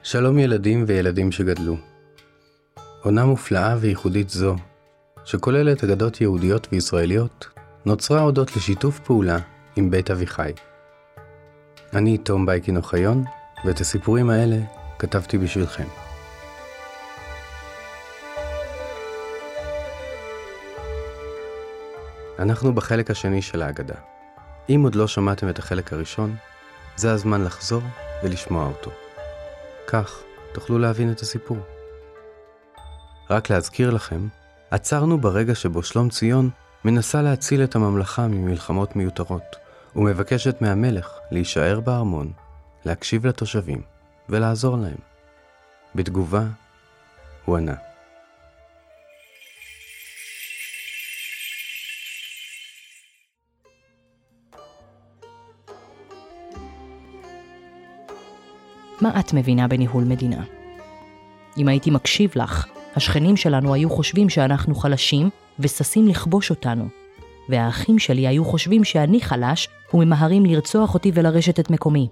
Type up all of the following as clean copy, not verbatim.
שלום ילדים וילדים שגדלו. עונה מופלאה וייחודית זו, שכוללת אגדות יהודיות וישראליות, נוצרה הודות לשיתוף פעולה עם בית אביחי. אני תום בייקין אוחיון, ואת הסיפורים האלה כתבתי בשבילכם. אנחנו בחלק השני של האגדה. אם עוד לא שמעתם את החלק הראשון, זה הזמן לחזור ולשמוע אותו. כך תוכלו להבין את הסיפור. רק להזכיר לכם, עצרנו ברגע שבו שלום ציון מנסה להציל את הממלכה ממלחמות מיותרות, ומבקשת מהמלך להישאר בארמון, להקשיב לתושבים ולעזור להם. בתגובה, הוא ענה. מה את מבינה בניהול מדינה? אם הייתי מקשיב לך, השכנים שלנו היו חושבים שאנחנו חלשים וססים לכבוש אותנו, והאחים שלי היו חושבים שאני חלש וממהרים לרצוח אותי ולרשת את מקומי.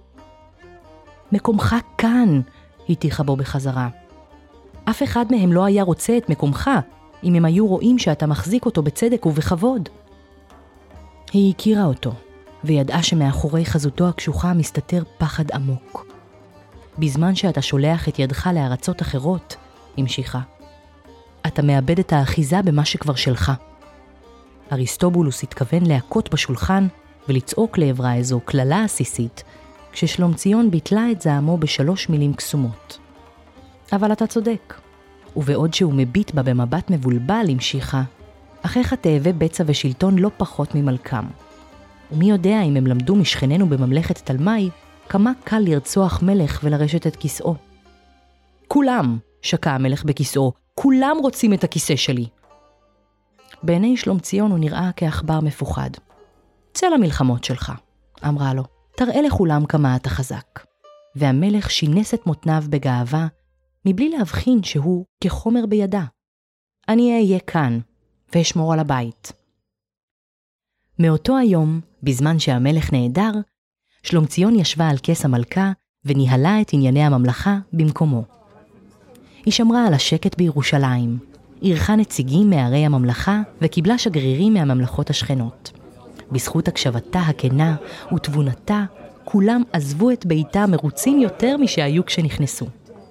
מקומך כאן, התיחה בו בחזרה. אף אחד מהם לא היה רוצה את מקומך, אם הם היו רואים שאתה מחזיק אותו בצדק ובכבוד. היא הכירה אותו, וידעה שמאחורי חזותו הקשוחה מסתתר פחד עמוק. בזמן שאתה שולח את ידך לארצות אחרות, המשיכה, אתה מאבד את האחיזה במה שכבר שלך. אריסטובולוס התכוון להכות בשולחן ולצעוק לעברה איזו כללה עסיסית, כששלום ציון ביטלה את זעמו בשלוש מילים קסומות. אבל אתה צודק, ובעוד שהוא מביט בה במבט מבולבל, המשיכה, אחיך תאבי בצע ושלטון לא פחות ממלכם. ומי יודע אם הם למדו משכננו בממלכת תלמי, כמה קל לרצוח מלך ולרשת את כיסאו. כולם, שקע המלך בכיסאו, כולם רוצים את הכיסא שלי. בעיני שלום ציון הוא נראה כאחבר מפוחד. צא למלחמות שלך, אמרה לו, תראה לכולם כמה אתה חזק. והמלך שינס את מותניו בגאווה, מבלי להבחין שהוא כחומר בידה. אני אהיה כאן, ואשמור על הבית. מאותו היום, בזמן שהמלך נעדר, שלום ציון ישבה על כס המלכה וניהלה את ענייני הממלכה במקומו. היא שמרה על השקט בירושלים, ערכה נציגים מערי הממלכה וקיבלה שגרירים מהממלכות השכנות. בזכות הקשבתה הכנה ותבונתה, כולם עזבו את ביתה מרוצים יותר משהיו כשנכנסו.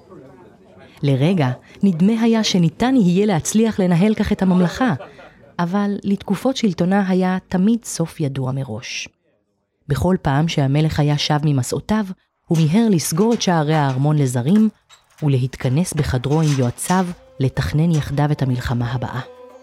לרגע נדמה היה שניתן יהיה להצליח לנהל כך את הממלכה, אבל לתקופות שלטונה היה תמיד סוף ידוע מראש. בכל פעם שהמלך היה שב ממסעותיו, הוא מיהר לסגור את שערי הארמון לזרים, ולהתכנס בחדרו עם יועציו לתכנן יחדיו את המלחמה הבאה.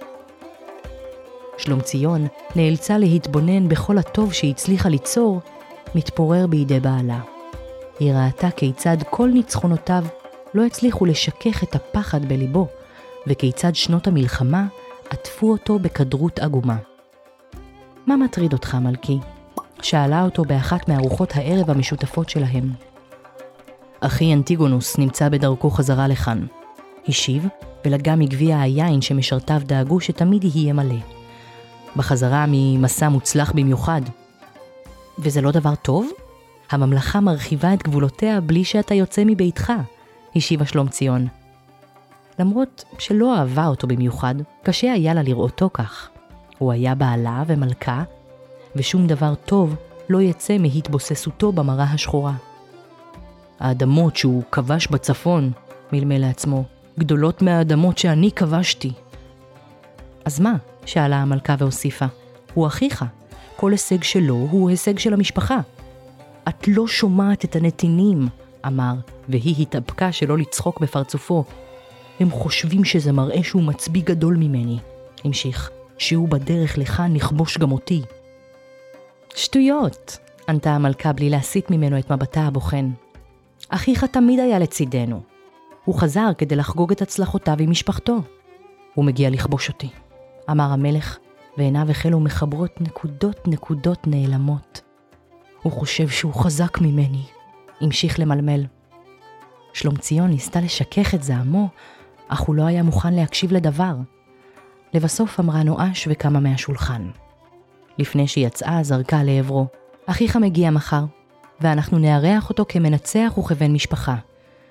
שלום ציון נאלצה להתבונן בכל הטוב שהצליחה ליצור, מתפורר בידי בעלה. היא ראתה כיצד כל ניצחונותיו לא הצליחו לשכך את הפחד בליבו, וכיצד שנות המלחמה עטפו אותו בכדרות עגומה. מה מטריד אותך, מלכי? שאלה אותו באחת מארוחות הערב המשותפות שלהם. אחי אנטיגונוס נמצא בדרכו חזרה לכאן. השיב ולגע מגביע היין שמשרתיו דאגו שתמיד יהיה מלא. בחזרה ממסע מוצלח במיוחד. וזה לא דבר טוב? הממלכה מרחיבה את גבולותיה בלי שאתה יוצא מביתך, השיבה שלום ציון. למרות שלא אהבה אותו במיוחד, קשה היה לה לראותו כך. הוא היה בעלה ומלכה, ושום דבר טוב לא יצא מהתבוססותו במראה השחורה. האדמות שהוא כבש בצפון, מלמל לעצמו, גדולות מהאדמות שאני כבשתי. אז מה? שאלה המלכה והוסיפה, הוא אחיך. כל הישג שלו הוא הישג של המשפחה. את לא שומעת את הנתינים, אמר, והיא התאפקה שלא לצחוק בפרצופו. הם חושבים שזה מראה שהוא מצביא גדול ממני. המשיך, שהוא בדרך לך נכבוש גם אותי. שטויות, ענתה המלכה בלי להסיט ממנו את מבטה הבוחן. אחיך תמיד היה לצידנו. הוא חזר כדי לחגוג את הצלחותיו עם משפחתו. הוא מגיע לכבוש אותי, אמר המלך, ועיניו החלו מחברות נקודות נעלמות. הוא חושב שהוא חזק ממני, המשיך למלמל. שלום ציון ניסתה לשכך את זעמו, אך הוא לא היה מוכן להקשיב לדבר. לבסוף אמרה נואש וקמה מהשולחן. לפני שיצאה זרקה לעברו, אחיך מגיע מחר, ואנחנו נארח אותו כמנצח וכבן משפחה.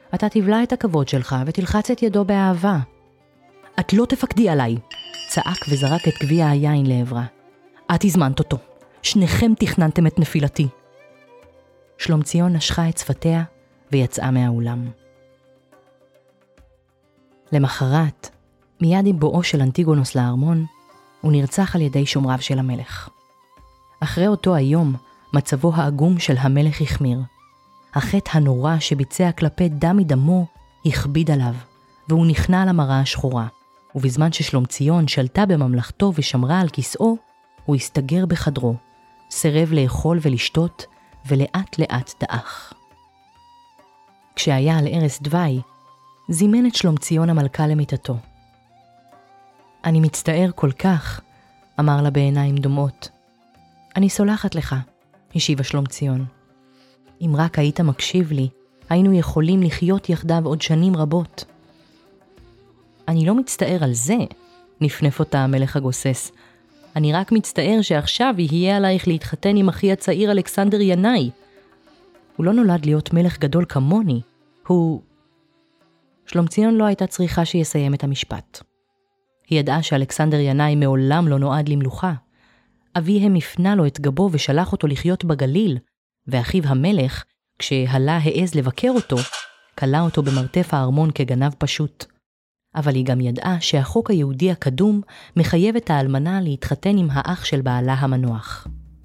אתה תבלע את הכבוד שלך ותלחץ את ידו באהבה. את לא תפקדי עליי, צעק וזרק את גביע היין לעברה. את הזמנת אותו. שניכם תכננתם את נפילתי. שלומציון נשכה את שפתיה ויצאה מהאולם. למחרת, מיד עם בואו של אנטיגונוס לארמון, הוא נרצח על ידי שומריו של המלך. אחרי אותו היום, מצבו העגום של המלך החמיר. החטא הנורא שביצע כלפי דם מדמו הכביד עליו, והוא נכנע למראה השחורה. ובזמן ששלומציון שלטה בממלכתו ושמרה על כיסאו, הוא הסתגר בחדרו, סירב לאכול ולשתות, ולאט לאט דעך. כשהיה על ערש דווי, זימן את שלומציון המלכה למיטתו. אני מצטער כל כך, אמר לה בעיניים דומעות. אני סולחת לך, השיבה שלומציון. אם רק היית מקשיב לי, היינו יכולים לחיות יחדיו עוד שנים רבות. אני לא מצטער על זה, נפנף אותה המלך הגוסס. אני רק מצטער שעכשיו יהיה עלייך להתחתן עם אחי הצעיר אלכסנדר ינאי. הוא לא נולד להיות מלך גדול כמוני, הוא... שלומציון לא הייתה צריכה שיסיים את המשפט. היא ידעה שאלכסנדר ינאי מעולם לא נועד למלוכה. אביהם הפנה לו את גבו ושלח אותו לחיות בגליל, ואחיו המלך, כשהלה העז לבקר אותו, קלה אותו במרתף הארמון כגנב פשוט. אבל היא גם ידעה שהחוק היהודי הקדום מחייב את האלמנה להתחתן עם האח של בעלה המנוח.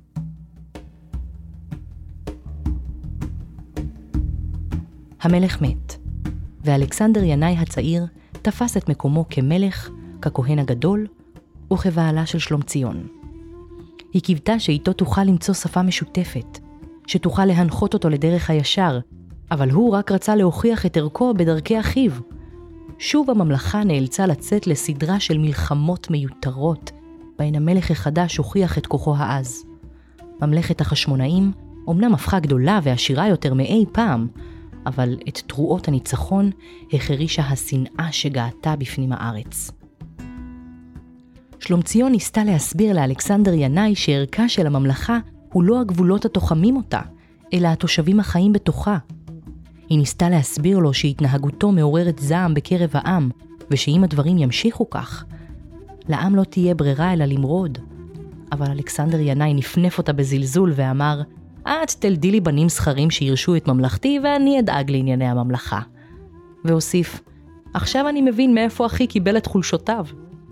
המלך מת, ואלכסנדר ינאי הצעיר תפס את מקומו כמלך, ככהן הגדול וכבעלה של שלומציון. היא קיוותה שאיתו תוכל למצוא שפה משותפת, שתוכל להנחות אותו לדרך הישר, אבל הוא רק רצה להוכיח את ערכו בדרכי אחיו. שוב הממלכה נאלצה לצאת לסדרה של מלחמות מיותרות, בהן המלך החדש הוכיח את כוחו העז. ממלכת החשמונאים אומנם הפכה גדולה ועשירה יותר מאי פעם, אבל את תרועות הניצחון החרישה השנאה שגעתה בפנים הארץ. שלומציון ניסתה להסביר לאלכסנדר ינאי שערכה של הממלכה הוא לא הגבולות התוחמים אותה, אלא התושבים החיים בתוכה. היא ניסתה להסביר לו שהתנהגותו מעוררת זעם בקרב העם, ושאם הדברים ימשיכו כך, לעם לא תהיה ברירה אלא למרוד. אבל אלכסנדר ינאי נפנף אותה בזלזול ואמר, את תלדי לי בנים סחרים שירשו את ממלכתי ואני אדאג לענייני הממלכה. והוסיף, עכשיו אני מבין מאיפה אחי קיבל את חולשותיו.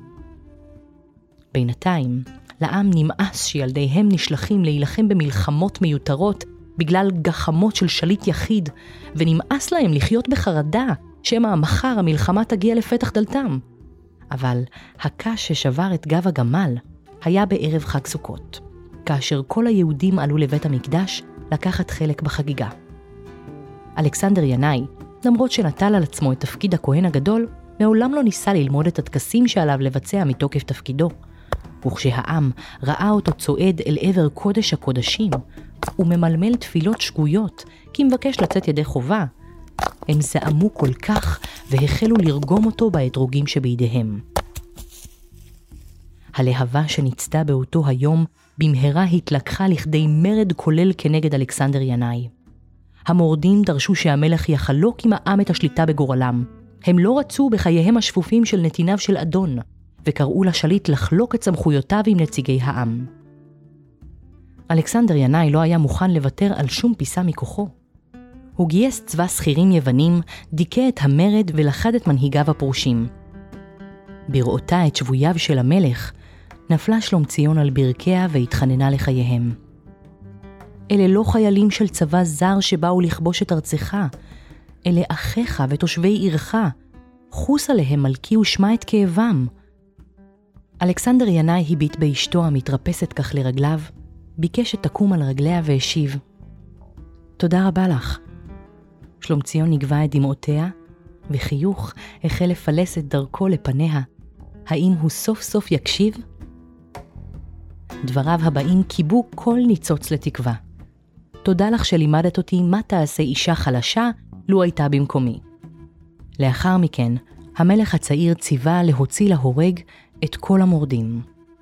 בינתיים, לעם נמאס שילדיהם נשלחים להילחם במלחמות מיותרות בגלל גחמות של שליט יחיד, ונמאס להם לחיות בחרדה שמא מחר המלחמה תגיע לפתח דלתם. אבל הקש ששבר את גב הגמל היה בערב חג סוכות, כאשר כל היהודים עלו לבית המקדש לקחת חלק בחגיגה. אלכסנדר ינאי, למרות שנטל על עצמו את תפקיד הכהן הגדול, מעולם לא ניסה ללמוד את הטקסים שעליו לבצע מתוקף תפקידו. וכשהעם ראה אותו צועד אל עבר קודש הקודשים, וממלמל תפילות שגויות, כי מבקש לצאת ידי חובה, הם זעמו כל כך והחלו לרגום אותו באתרוגים שבידיהם. הלהבה שניצתה באותו היום במהרה התלקחה לכדי מרד כולל כנגד אלכסנדר ינאי. המורדים דרשו שהמלך יחלוק עם העם את השליטה בגורלם. הם לא רצו בחייהם השפופים של נתיניו של אדון, וקראו לשליט לחלוק את סמכויותיו עם נציגי העם. אלכסנדר ינאי לא היה מוכן לוותר על שום פיסה מכוחו. הוא גייס צבא שכירים יוונים, דיכא את המרד ולכד את מנהיגיו הפורשים. בראותה את שבויו של המלך, נפלה שלומציון על ברכיה והתחננה לחייהם. אלה לא חיילים של צבא זר שבאו לכבוש את ארצך, אלה אחיך ותושבי עירך, חוס עליהם מלכי ושמע את כאבם. אלכסנדר ינאי הביט באשתו המתרפסת כך לרגליו, ביקש שתקום על רגליה והשיב, תודה רבה לך. שלומציון נגבה את דמעותיה, וחיוך החל לפלס את דרכו לפניה. האם הוא סוף סוף יקשיב? דבריו הבאים קיבו כל ניצוץ לתקווה. תודה לך שלימדת אותי מה תעשה אישה חלשה, לו הייתה במקומי. לאחר מכן, המלך הצעיר ציווה להוציא להורג את כל המורדים.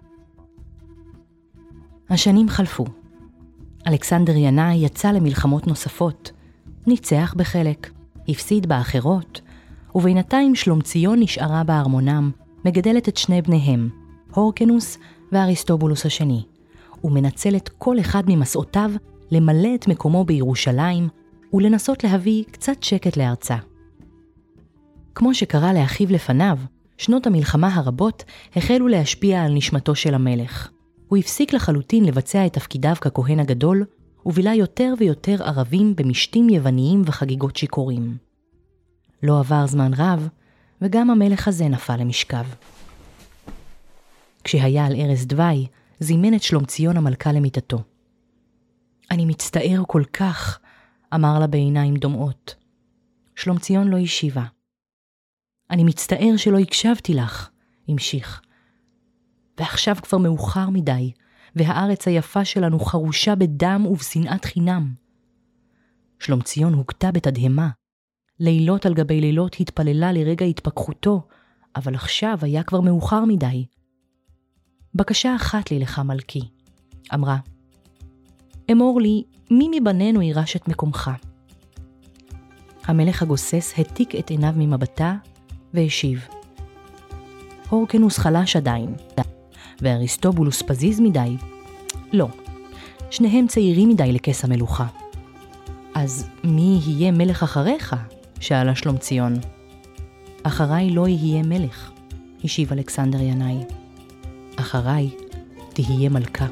השנים חלפו. אלכסנדר ינאי יצא למלחמות נוספות, ניצח בחלק, הפסיד באחרות, ובינתיים שלומציון נשארה בארמונם, מגדלת את שני בניהם, הורקנוס ואריסטובולוס השני, ומנצלת כל אחד ממסעותיו למלא את מקומו בירושלים, ולנסות להביא קצת שקט לארצה. כמו שקרה לאחיו לפניו, שנות המלחמה הרבות החלו להשפיע על נשמתו של המלך. הוא הפסיק לחלוטין לבצע את תפקידיו ככהן הגדול, ובילה יותר ויותר ערבים במשתים יווניים וחגיגות שיכורים. לא עבר זמן רב, וגם המלך הזה נפל למשכב. כשהיה על ערש דווי, זימן את שלומציון המלכה למיטתו. אני מצטער כל כך, אמר לה בעיניים דומעות. שלומציון לא השיבה. אני מצטער שלא הקשבתי לך, המשיך. ועכשיו כבר מאוחר מדי, והארץ היפה שלנו חרושה בדם ובשנאת חינם. שלומציון הוגתה בתדהמה. לילות על גבי לילות התפללה לרגע התפכחותו, אבל עכשיו היה כבר מאוחר מדי. בקשה אחת לי לך מלכי, אמרה. אמור לי, מי מבנינו יירש את מקומך? המלך הגוסס התיק את עיניו ממבטה והשיב. הורקנוס חלש עדיין, ואריסטובולוס פזיז מדי. לא, שניהם צעירים מדי לכס המלוכה. אז מי יהיה מלך אחריך? שאלה שלומציון. אחריי לא יהיה מלך, השיב אלכסנדר ינאי. אחריי תהיה מלכה.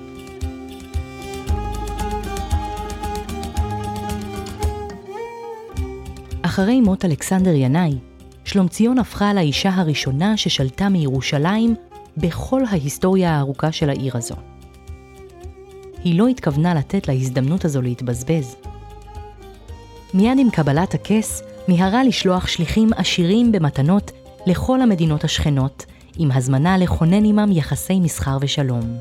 אחרי מות אלכסנדר ינאי, שלומציון הפכה לאישה הראשונה ששלטה מירושלים בכל ההיסטוריה הארוכה של העיר הזו. היא לא התכוונה לתת להזדמנות הזו להתבזבז. מיד עם קבלת הכס, מיהרה לשלוח שליחים עשירים במתנות לכל המדינות השכנות, עם הזמנה לכונן עמם יחסי מסחר ושלום.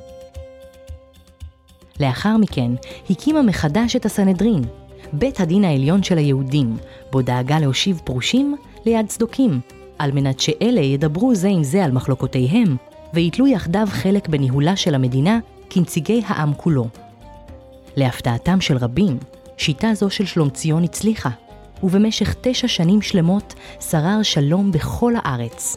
לאחר מכן, הקימה מחדש את הסנהדרין, בית הדין העליון של היהודים, בו דאגה להושיב פרושים ליד צדוקים, על מנת שאלה ידברו זה עם זה על מחלוקותיהם, ויתלו יחדיו חלק בניהולה של המדינה כנציגי העם כולו. להפתעתם של רבים, שיטה זו של שלומציון הצליחה, ובמשך 9 שנים שלמות שרר שלום בכל הארץ.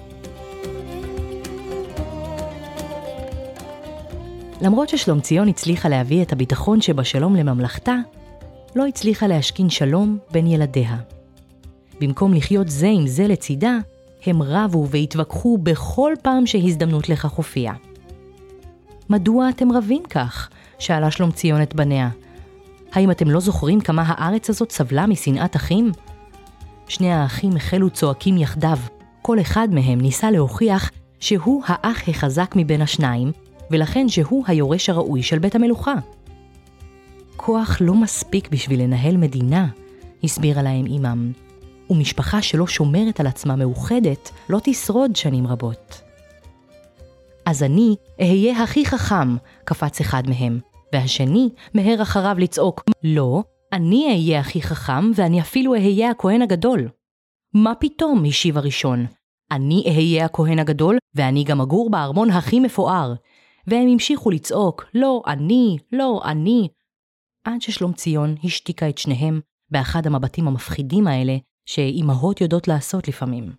למרות ששלומציון הצליחה להביא את הביטחון שבשלום לממלכתה, לא הצליחה להשכין שלום בין ילדיה. במקום לחיות זה עם זה לצידה, הם רבו והתווכחו בכל פעם שהזדמנות לכך הופיעה. מדוע אתם רבים כך? שאלה שלומציון את בניה. האם אתם לא זוכרים כמה הארץ הזאת סבלה משנאת אחים? שני האחים החלו צועקים יחדיו. כל אחד מהם ניסה להוכיח שהוא האח החזק מבין השניים, ולכן שהוא היורש הראוי של בית המלוכה. כוח לא מספיק בשביל לנהל מדינה, הסבירה להם אמם, ומשפחה שלא שומרת על עצמה מאוחדת לא תשרוד שנים רבות. אז אני אהיה הכי חכם, קפץ אחד מהם, והשני מהר אחריו לצעוק, לא, אני אהיה הכי חכם ואני אפילו אהיה הכהן הגדול. מה פתאום, השיב הראשון, אני אהיה הכהן הגדול ואני גם אגור בארמון הכי מפואר. והם המשיכו לצעוק, לא, אני, לא, אני. עד ששלומציון השתיקה את שניהם באחד המבטים המפחידים האלה שאימהות יודעות לעשות לפעמים.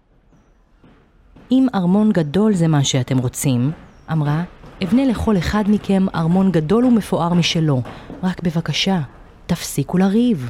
אם ארמון גדול זה מה שאתם רוצים, אמרה, אבנה לכל אחד מכם ארמון גדול ומפואר משלו, רק בבקשה, תפסיקו לריב.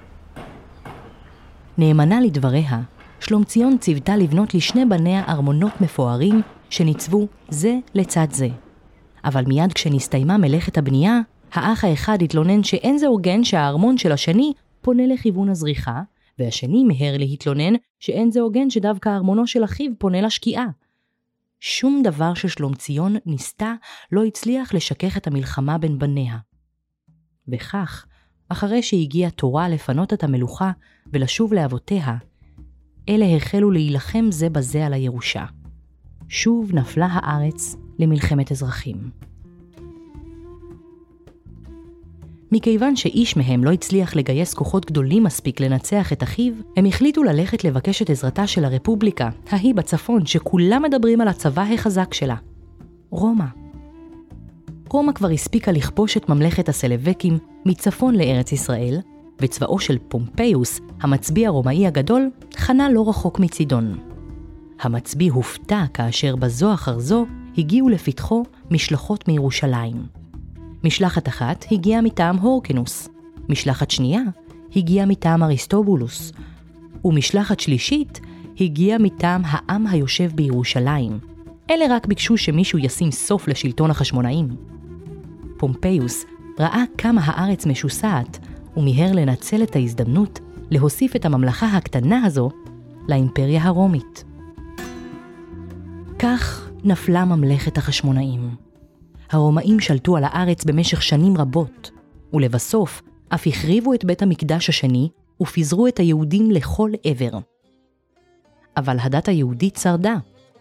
נאמנה לדבריה, שלומציון ציוותה לבנות לשני בניה ארמונות מפוארים שניצבו זה לצד זה. אבל מיד כשנסתיימה מלאכת הבנייה, האח האחד התלונן שאין זה הוגן שהארמון של השני פונה לכיוון הזריחה, והשני מהר להתלונן שאין זה הוגן שדווקא ארמונו של אחיו פונה לשקיעה. שום דבר ששלומציון ניסתה לא הצליח לשכך את המלחמה בין בניה. וכך, אחרי שהגיעה תורה לפנות את המלוכה ולשוב לאבותיה, אלה החלו להילחם זה בזה על הירושה. שוב נפלה הארץ למלחמת אזרחים. מכיוון שאיש מהם לא הצליח לגייס כוחות גדולים מספיק לנצח את אחיו, הם החליטו ללכת לבקש את עזרתה של הרפובליקה, ההיא בצפון שכולם מדברים על הצבא החזק שלה. רומא. רומא כבר הספיקה לכבוש את ממלכת הסלבקים מצפון לארץ ישראל, וצבאו של פומפיוס, המצביא הרומאי הגדול, חנה לא רחוק מצידון. המצביא הופתע כאשר בזו אחר זו הגיעו לפתחו משלחות מירושלים. משלחת אחת הגיעה מטעם הורקנוס, משלחת שנייה הגיעה מטעם אריסטובולוס, ומשלחת שלישית הגיעה מטעם העם היושב בירושלים. אלה רק ביקשו שמישהו ישים סוף לשלטון החשמונאים. פומפיוס ראה כמה הארץ משוסעת, ומיהר לנצל את ההזדמנות להוסיף את הממלכה הקטנה הזו לאימפריה הרומית. כך נפלה ממלכת החשמונאים. הרומאים שלטו על הארץ במשך שנים רבות, ולבסוף אף החריבו את בית המקדש השני ופיזרו את היהודים לכל עבר. אבל הדת היהודית שרדה.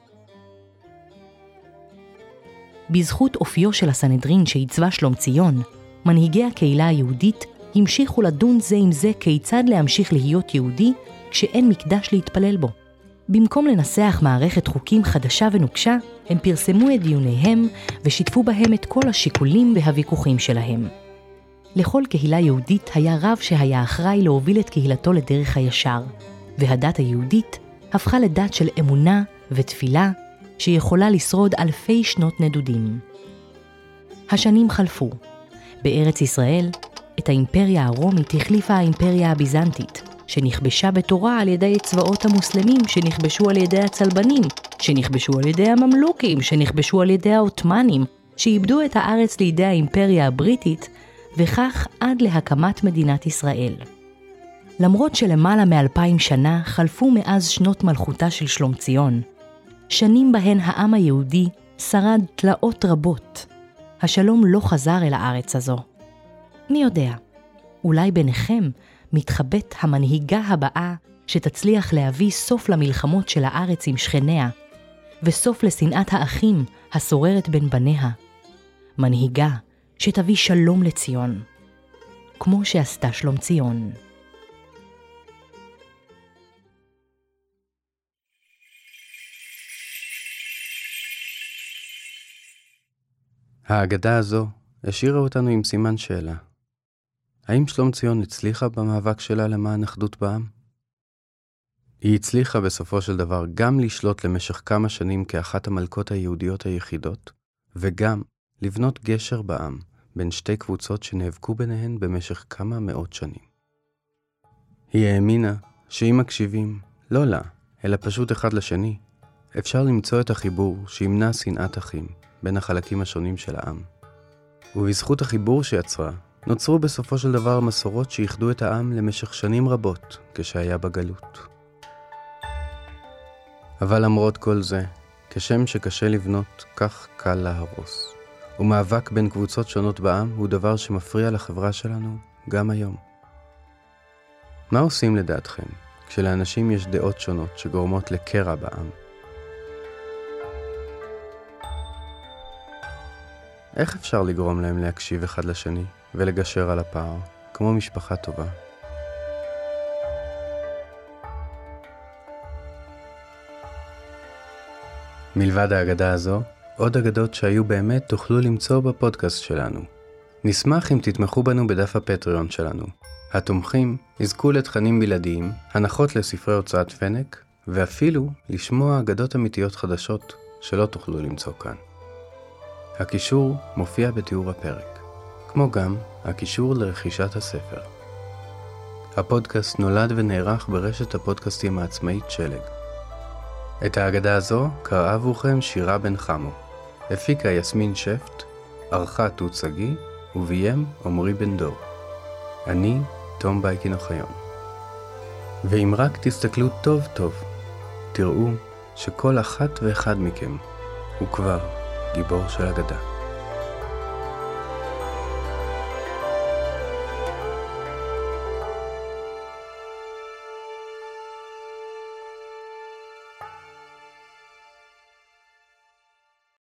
בזכות אופיו של הסנהדרין שעיצבה שלומציון, מנהיגי הקהילה היהודית המשיכו לדון זה עם זה כיצד להמשיך להיות יהודי כשאין מקדש להתפלל בו. במקום לנסח מערכת חוקים חדשה ונוקשה, הם פרסמו את דיוניהם ושיתפו בהם את כל השיקולים והוויכוחים שלהם. לכל קהילה יהודית היה רב שהיה אחראי להוביל את קהילתו לדרך הישר, והדת היהודית הפכה לדת של אמונה ותפילה שיכולה לשרוד אלפי שנות נדודים. השנים חלפו. בארץ ישראל, את האימפריה הרומית החליפה האימפריה הביזנטית, שנכבשה בתורה על ידי צבאות המוסלמים, שנכבשו על ידי הצלבנים, שנכבשו על ידי הממלוכים, שנכבשו על ידי העות'מאנים, שאיבדו את הארץ לידי האימפריה הבריטית, וכך עד להקמת מדינת ישראל. למרות שלמעלה מ2000 שנה חלפו מאז שנות מלכותה של שלומציון, שנים בהן העם היהודי שרד תלאות רבות. השלום לא חזר אל הארץ הזו. מי יודע, אולי ביניכם מתחבאת המנהיגה הבאה שתצליח להביא סוף למלחמות של הארץ עם שכניה, וסוף לשנאת האחים השוררת בין בניה. מנהיגה שתביא שלום לציון, כמו שעשתה שלומציון. האגדה הזו השאירה אותנו עם סימן שאלה. האם שלומציון הצליחה במאבק שלה למען אחדות בעם? היא הצליחה בסופו של דבר גם לשלוט למשך כמה שנים כאחת המלכות היהודיות היחידות, וגם לבנות גשר בעם בין שתי קבוצות שנאבקו ביניהן במשך כמה מאות שנים. היא האמינה שאם מקשיבים, לא לה, אלא פשוט אחד לשני, אפשר למצוא את החיבור שימנע שנאת אחים בין החלקים השונים של העם. ובזכות החיבור שיצרה, נוצרו בסופו של דבר מסורות שיחדו את העם למשך שנים רבות כשהיה בגלות. אבל למרות כל זה, כשם שקשה לבנות, כך קל להרוס. ומאבק בין קבוצות שונות בעם הוא דבר שמפריע לחברה שלנו גם היום. מה עושים לדעתכם כשלאנשים יש דעות שונות שגורמות לקרע בעם? איך אפשר לגרום להם להקשיב אחד לשני ולגשר על הפער, כמו משפחה טובה? מלבד האגדה הזו, עוד אגדות שהיו באמת תוכלו למצוא בפודקאסט שלנו. נשמח אם תתמכו בנו בדף הפטריון שלנו. התומכים יזכו לתכנים בלעדיים, הנחות לספרי הוצאת פנק, ואפילו לשמוע אגדות אמיתיות חדשות שלא תוכלו למצוא כאן. הקישור מופיע בתיאור הפרק, כמו גם הקישור לרכישת הספר. הפודקאסט נולד ונערך ברשת הפודקאסטים העצמאית שלג. את האגדה הזו קראה עבורכם שירה בן חמו, הפיקה יסמין שפט, ערכה תות שגיא וביים עמרי בן דור. אני תום בייקין אוחיון. ואם רק תסתכלו טוב טוב, תראו שכל אחת ואחד מכם הוא כבר גיבור של אגדה.